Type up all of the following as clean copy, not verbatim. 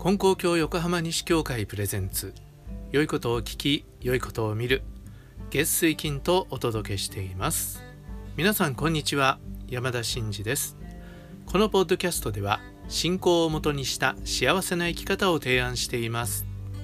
金光教横浜西教会プレゼンツ、良いことを聞き良いことを見る、月水金とお届けしています。皆さんこんにちは、山田真嗣です。このポッドキャストでは信仰をもとにした幸せな生き方を提案しています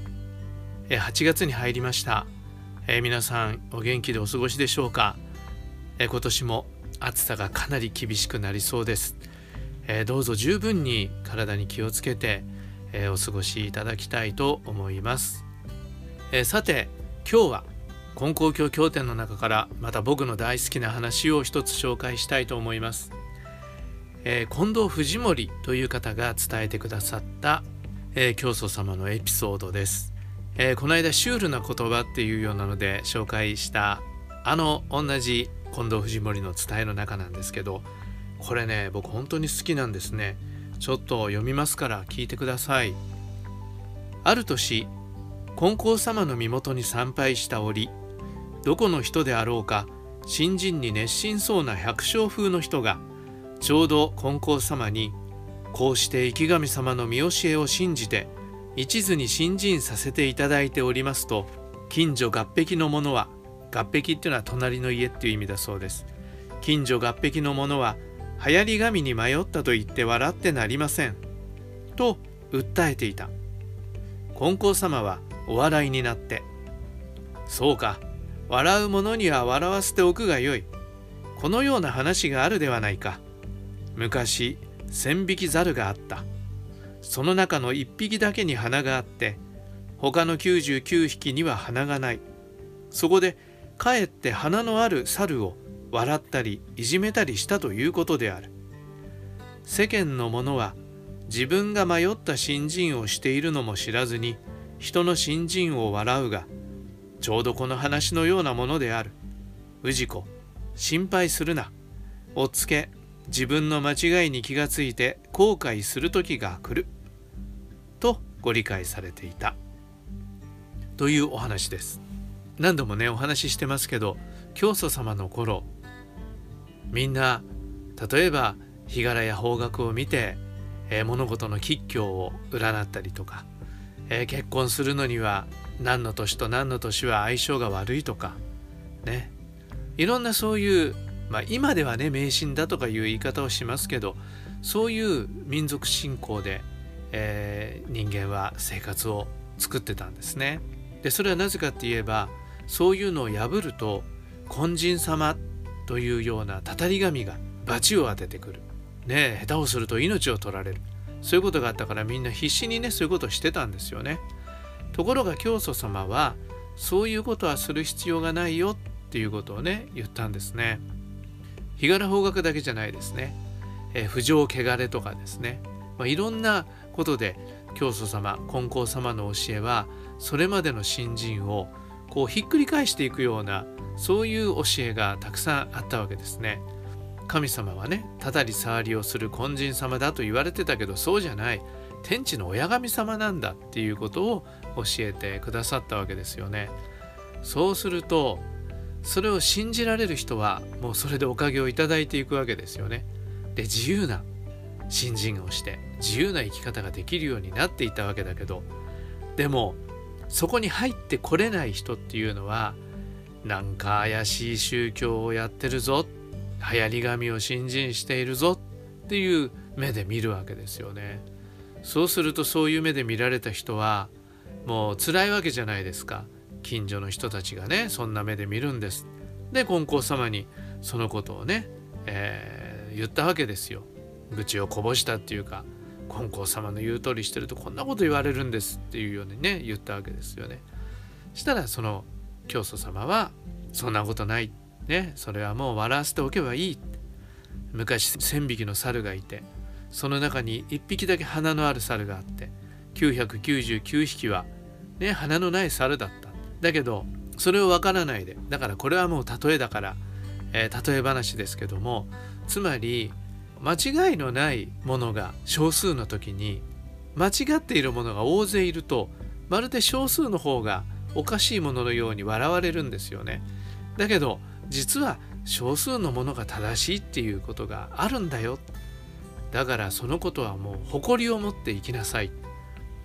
。8月に入りました。皆さんお元気でお過ごしでしょうか。今年も暑さがかなり厳しくなりそうです。どうぞ十分に体に気をつけてお過ごしいただきたいと思います。さて今日は金光教経典の中からまた僕の大好きな話を一つ紹介したいと思います。近藤藤森という方が伝えてくださった、教祖様のエピソードです。この間シュールな言葉っていうようなので紹介した同じ近藤藤森の伝えの中なんですけど、これね僕本当に好きなんですね。ちょっと読みますから聞いてください。ある年、金光様の身元に参拝した折、どこの人であろうか信心に熱心そうな百姓風の人がちょうど金光様に、こうして池上様の見教えを信じて一途に信心させていただいておりますと、近所合壁の者は、合壁っていうのは隣の家っていう意味だそうです。近所合壁の者は流行り紙に迷ったと言って笑ってなりませんと訴えていた。金光様はお笑いになって、そうか、笑う者には笑わせておくがよい。このような話があるではないか。昔1000匹猿があった。その中の1匹だけに鼻があって、他の99匹には鼻がない。そこでかえって鼻のある猿を笑ったりいじめたりしたということである。世間の者は自分が迷った信心をしているのも知らずに人の信心を笑うが、ちょうどこの話のようなものである。氏子、心配するな。おっつけ、自分の間違いに気がついて後悔する時が来る。とご理解されていた。というお話です。何度もねお話ししてますけど、教祖様の頃、みんな例えば日柄や方角を見て、物事の吉凶を占ったりとか、結婚するのには何の年と何の年は相性が悪いとかね、いろんなそういう、今ではね迷信だとかいう言い方をしますけど、そういう民族信仰で、人間は生活を作ってたんですね。でそれはなぜかって言えば、そういうのを破ると金神様というようなたたり神が罰を当ててくる、下手をすると命を取られる、そういうことがあったからみんな必死にねそういうことをしてたんですよね。ところが教祖様はそういうことはする必要がないよっていうことをね言ったんですね。日柄方角だけじゃないですね。不浄汚れとかですね、いろんなことで教祖様、金光様の教えはそれまでの信心をこうひっくり返していくような、そういう教えがたくさんあったわけですね。神様はねたたり触りをする金神様だと言われてたけど、そうじゃない、天地の親神様なんだっていうことを教えてくださったわけですよね。そうするとそれを信じられる人はもうそれでおかげをいただいていくわけですよね。で自由な信心をして自由な生き方ができるようになっていたわけだけど、でもそこに入ってこれない人っていうのは、なんか怪しい宗教をやってるぞ、流行り紙を信心しているぞっていう目で見るわけですよね。そうするとそういう目で見られた人はもう辛いわけじゃないですか。近所の人たちがねそんな目で見るんです。で金光様にそのことをね、言ったわけですよ。愚痴をこぼしたっていうか、金光様の言う通りしてるとこんなこと言われるんですっていうようにね言ったわけですよね。したらその教祖様は、そんなことないね、それはもう笑わせておけばいい。昔1000匹の猿がいて、その中に1匹だけ鼻のある猿があって、999匹はね鼻のない猿だった。だけどそれを分からないで、だからこれはもう例えだから、例え話ですけども、つまり間違いのないものが少数の時に、間違っているものが大勢いると、まるで少数の方がおかしいもののように笑われるんですよね。だけど実は少数のものが正しいっていうことがあるんだよ。だからそのことはもう誇りを持って生きなさい。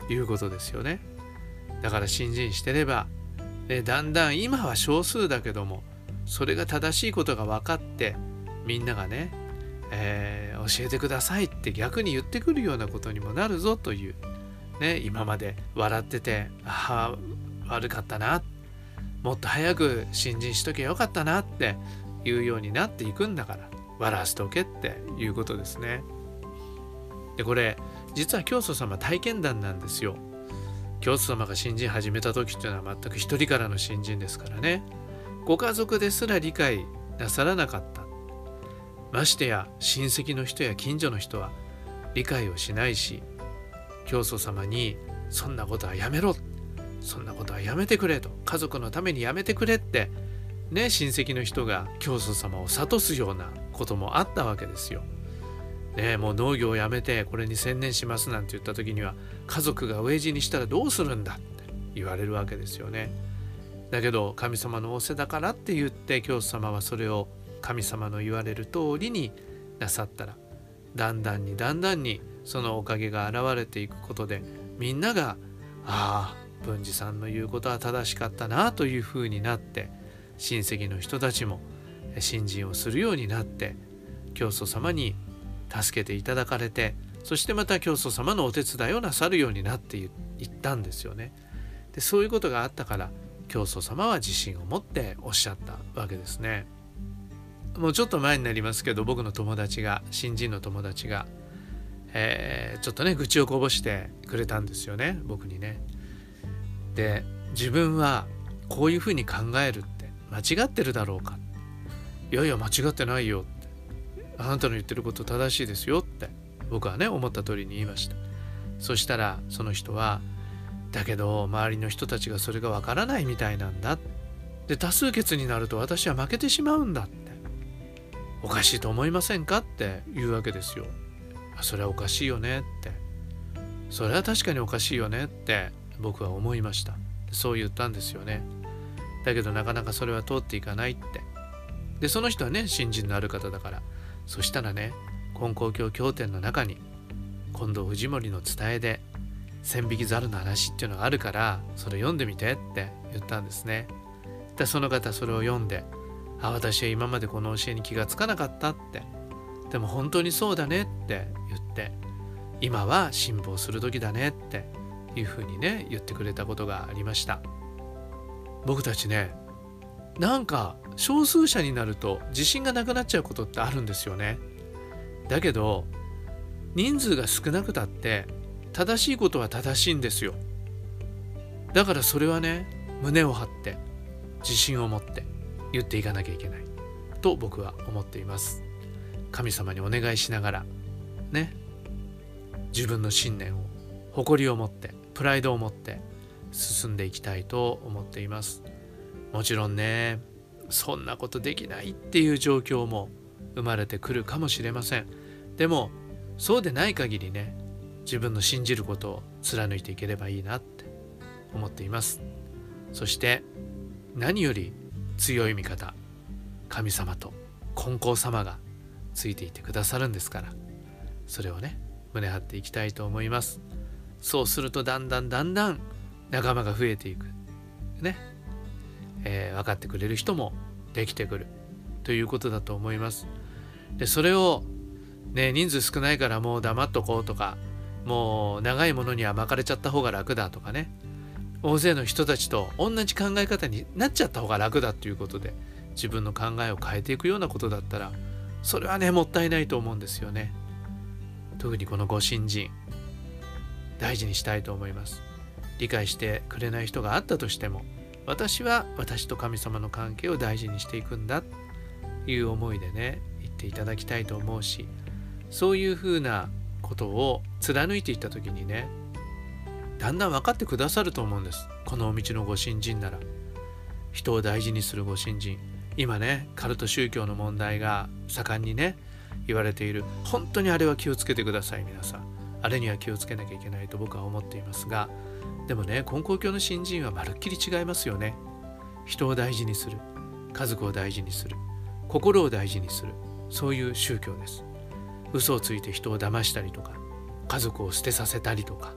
いうことですよね。だから信心してれば、だんだん今は少数だけども、それが正しいことが分かって、みんながね、教えてくださいって逆に言ってくるようなことにもなるぞという、ね、今まで笑ってて、ああ悪かったな、もっと早く信心しとけばよかったなっていうようになっていくんだから、笑わしとけっていうことですね。でこれ実は教祖様体験談なんですよ。教祖様が信心始めた時っていうのは全く一人からの信心ですからね。ご家族ですら理解なさらなかった。ましてや親戚の人や近所の人は理解をしないし、教祖様にそんなことはやめろ、そんなことはやめてくれと、家族のためにやめてくれってね、親戚の人が教祖様を諭すようなこともあったわけですよ。ね、もう農業をやめてこれに専念しますなんて言った時には、家族が飢え死にしたらどうするんだって言われるわけですよね。だけど神様の仰せだからって言って教祖様はそれを神様の言われる通りになさったら、だんだんにそのおかげが現れていくことで、みんながああ文治さんの言うことは正しかったなというふうになって、親戚の人たちも信心をするようになって、教祖様に助けていただかれて、そしてまた教祖様のお手伝いをなさるようになっていったんですよね。でそういうことがあったから、教祖様は自信を持っておっしゃったわけですね。もうちょっと前になりますけど、僕の友達が、新人の友達が、ちょっとね愚痴をこぼしてくれたんですよね、僕にね。で自分はこういうふうに考えるって間違ってるだろうか。いやいや間違ってないよって、あなたの言ってること正しいですよって僕はね思った通りに言いました。そしたらその人は、だけど周りの人たちがそれがわからないみたいなんだ。で多数決になると私は負けてしまうんだって、おかしいと思いませんかって言うわけですよ。それはおかしいよねって、それは確かにおかしいよねって僕は思いました。そう言ったんですよね。だけどなかなかそれは通っていかないって。でその人はね信心のある方だから、そしたらね金光教経典の中に近藤藤森の伝えで千匹猿の話っていうのがあるから、それ読んでみてって言ったんですね。でその方それを読んで、私は今までこの教えに気がつかなかったって、でも本当にそうだねって言って、今は辛抱する時だねっていうふうにね言ってくれたことがありました。僕たちね、なんか少数者になると自信がなくなっちゃうことってあるんですよね。だけど人数が少なくたって正しいことは正しいんですよ。だからそれはね、胸を張って自信を持って言っていかなきゃいけないと僕は思っています。神様にお願いしながらね、自分の信念を、誇りを持って、プライドを持って進んでいきたいと思っています。もちろんね、そんなことできないっていう状況も生まれてくるかもしれません。でもそうでない限りね、自分の信じることを貫いていければいいなって思っています。そして何より強い味方、神様と金光様がついていてくださるんですから、それをね胸張っていきたいと思います。そうするとだんだん仲間が増えていくね、分かってくれる人もできてくるということだと思います。でそれをね、人数少ないからもう黙っとこうとか、もう長いものには巻かれちゃった方が楽だとかね、大勢の人たちと同じ考え方になっちゃった方が楽だということで自分の考えを変えていくようなことだったら、それはねもったいないと思うんですよね。特にこのご信心大事にしたいと思います。理解してくれない人があったとしても、私は私と神様の関係を大事にしていくんだという思いでね言っていただきたいと思うし、そういうふうなことを貫いていった時にね、だんだん分かってくださると思うんです。この道のご信心なら、人を大事にするご信心、今ねカルト宗教の問題が盛んにね言われている、本当にあれは気をつけてください。皆さんあれには気をつけなきゃいけないと僕は思っていますが、でもね金光教の信心はまるっきり違いますよね。人を大事にする、家族を大事にする、心を大事にする、そういう宗教です。嘘をついて人を騙したりとか、家族を捨てさせたりとか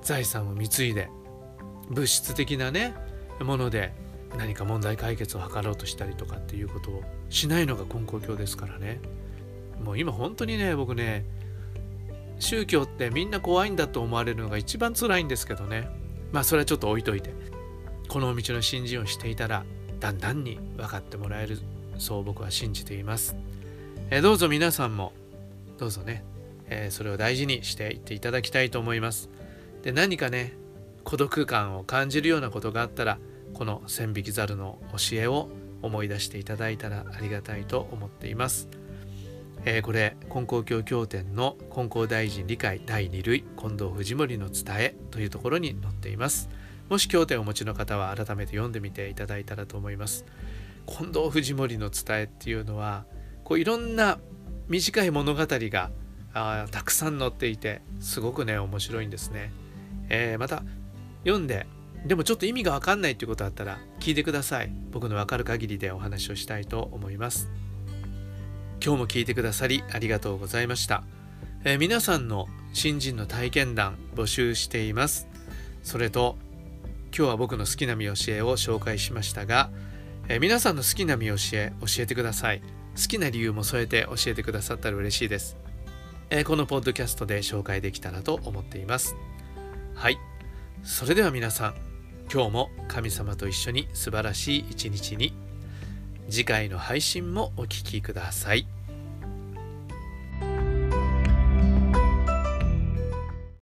財産を貢いで物質的なねもので何か問題解決を図ろうとしたりとかっていうことをしないのが根高教ですからね。もう今本当にね、僕ね、宗教ってみんな怖いんだと思われるのが一番辛いんですけどね。まあそれはちょっと置いといて、この道の信心をしていたらだんだんに分かってもらえる、そう僕は信じています。どうぞ皆さんもどうぞね、それを大事にしていっていただきたいと思います。で、何かね孤独感を感じるようなことがあったら、この千匹猿の教えを思い出していただいたらありがたいと思っています。これ金光教経典の金光大臣理解第2類近藤藤森の伝えというところに載っています。もし経典をお持ちの方は改めて読んでみていただいたらと思います。近藤藤森の伝えっていうのは、こういろんな短い物語がたくさん載っていて、すごくね面白いんですね。また読んで、でもちょっと意味が分かんないということあったら聞いてください。僕の分かる限りでお話をしたいと思います。今日も聞いてくださりありがとうございました。皆さんの信心の体験談募集しています。それと今日は僕の好きな見教えを紹介しましたが、皆さんの好きな見教え教えてください。好きな理由も添えて教えてくださったら嬉しいです。このポッドキャストで紹介できたらと思っています。はい、それでは皆さん、今日も神様と一緒に素晴らしい一日に。次回の配信もお聞きください。